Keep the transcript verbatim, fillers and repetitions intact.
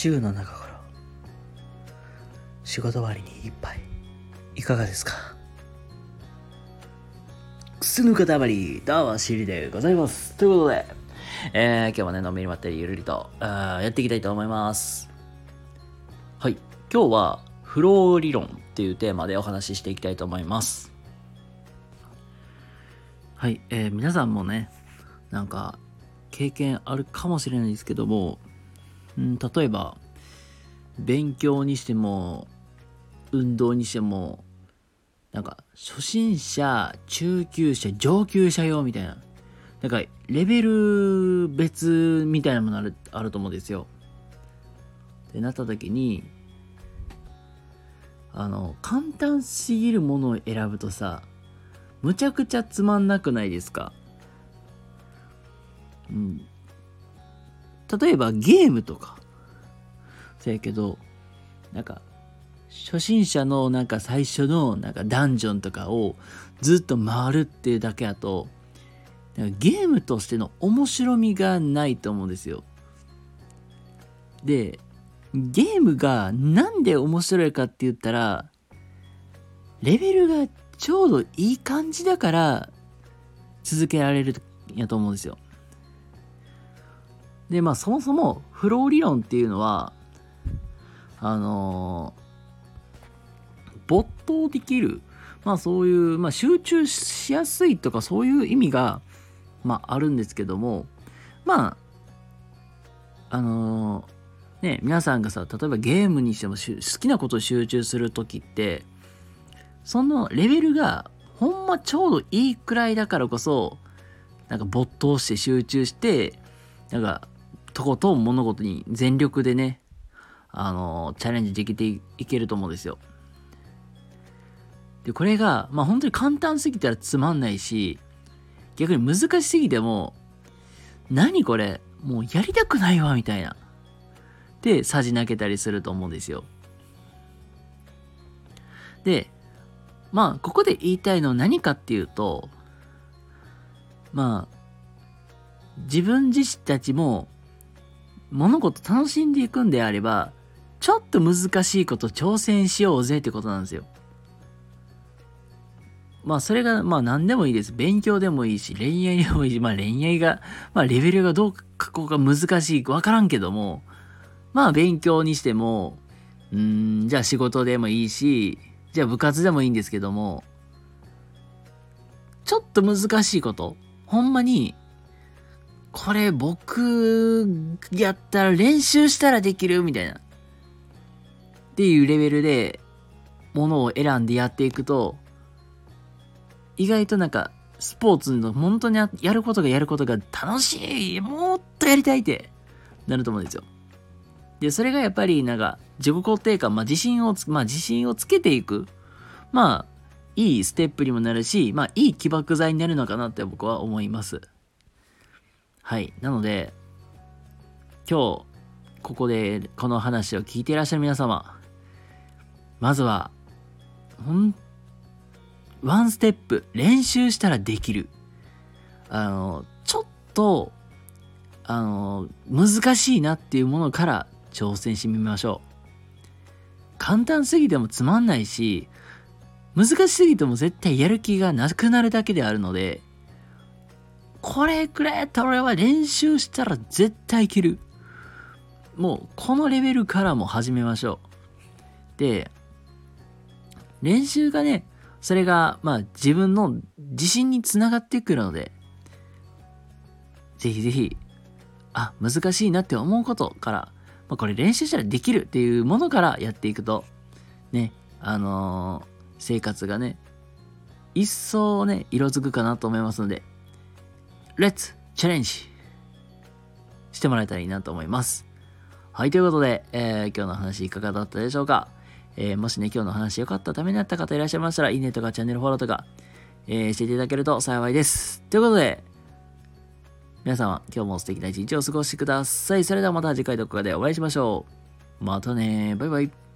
週の中から仕事終わりに一杯いかがですか？くすぬかたまりどうもしりでございます。ということで、えー、今日もねのんびりまったりゆるりとあやっていきたいと思います。はい、今日はフロー理論っていうテーマでお話ししていきたいと思います。はい、えー、皆さんもねなんか経験あるかもしれないですけども、ん例えば勉強にしても運動にしてもなんか初心者、中級者、上級者用みたいななんかレベル別みたいなものある、あると思うんですよ。ってなった時にあの簡単すぎるものを選ぶとさむちゃくちゃつまんなくないですか？うん、例えばゲームとかそうやけどなんか初心者のなんか最初のなんかダンジョンとかをずっと回るっていうだけだとゲームとしての面白みがないと思うんですよ。でゲームがなんで面白いかって言ったらレベルがちょうどいい感じだから続けられるんやと思うんですよ。でまあそもそもフロー理論っていうのはあのー、没頭できるまあそういう、まあ、集中しやすいとかそういう意味がまああるんですけどもまああのー、ね皆さんがさ例えばゲームにしても好きなことを集中するときってそのレベルがほんまちょうどいいくらいだからこそなんか没頭して集中してなんかとことん物事に全力でねあのチャレンジできていけると思うんですよ。でこれがまあ本当に簡単すぎたらつまんないし逆に難しすぎても何これもうやりたくないわみたいなでさじ投げたりすると思うんですよ。でまあここで言いたいのは何かっていうとまあ自分自身たちも物事楽しんでいくんであればちょっと難しいこと挑戦しようぜってことなんですよ。まあそれがまあ何でもいいです。勉強でもいいし恋愛でもいいしまあ恋愛がまあレベルがどうかこうか難しいわからんけどもまあ勉強にしてもうーんじゃあ仕事でもいいしじゃあ部活でもいいんですけどもちょっと難しいことほんまにこれ僕やったら練習したらできるみたいなっていうレベルでものを選んでやっていくと意外となんかスポーツの本当にやることがやることが楽しいもっとやりたいってなると思うんですよ。でそれがやっぱりなんか自己肯定感、まあ、自信をつまあ自信をつけていくまあいいステップにもなるしまあいい起爆剤になるのかなって僕は思います。はいなので今日ここでこの話を聞いていらっしゃる皆様まずはほんワンステップ練習したらできるあのちょっとあの難しいなっていうものから挑戦してみましょう。簡単すぎてもつまんないし難しすぎても絶対やる気がなくなるだけであるのでこれくらいやったら俺は練習したら絶対いけるもうこのレベルからも始めましょう。で練習がねそれがまあ自分の自信につながってくるのでぜひぜひあ難しいなって思うことから、まあ、これ練習したらできるっていうものからやっていくとねあのー、生活がね一層ね色づくかなと思いますのでレッツチャレンジしてもらえたらいいなと思います。はいということで、えー、今日の話いかがだったでしょうか。えー、もしね今日の話良かったためになった方いらっしゃいましたらいいねとかチャンネルフォローとか、えー、していただけると幸いです。ということで皆様今日も素敵な一日を過ごしてください。それではまた次回どこかでお会いしましょう。またねバイバイ。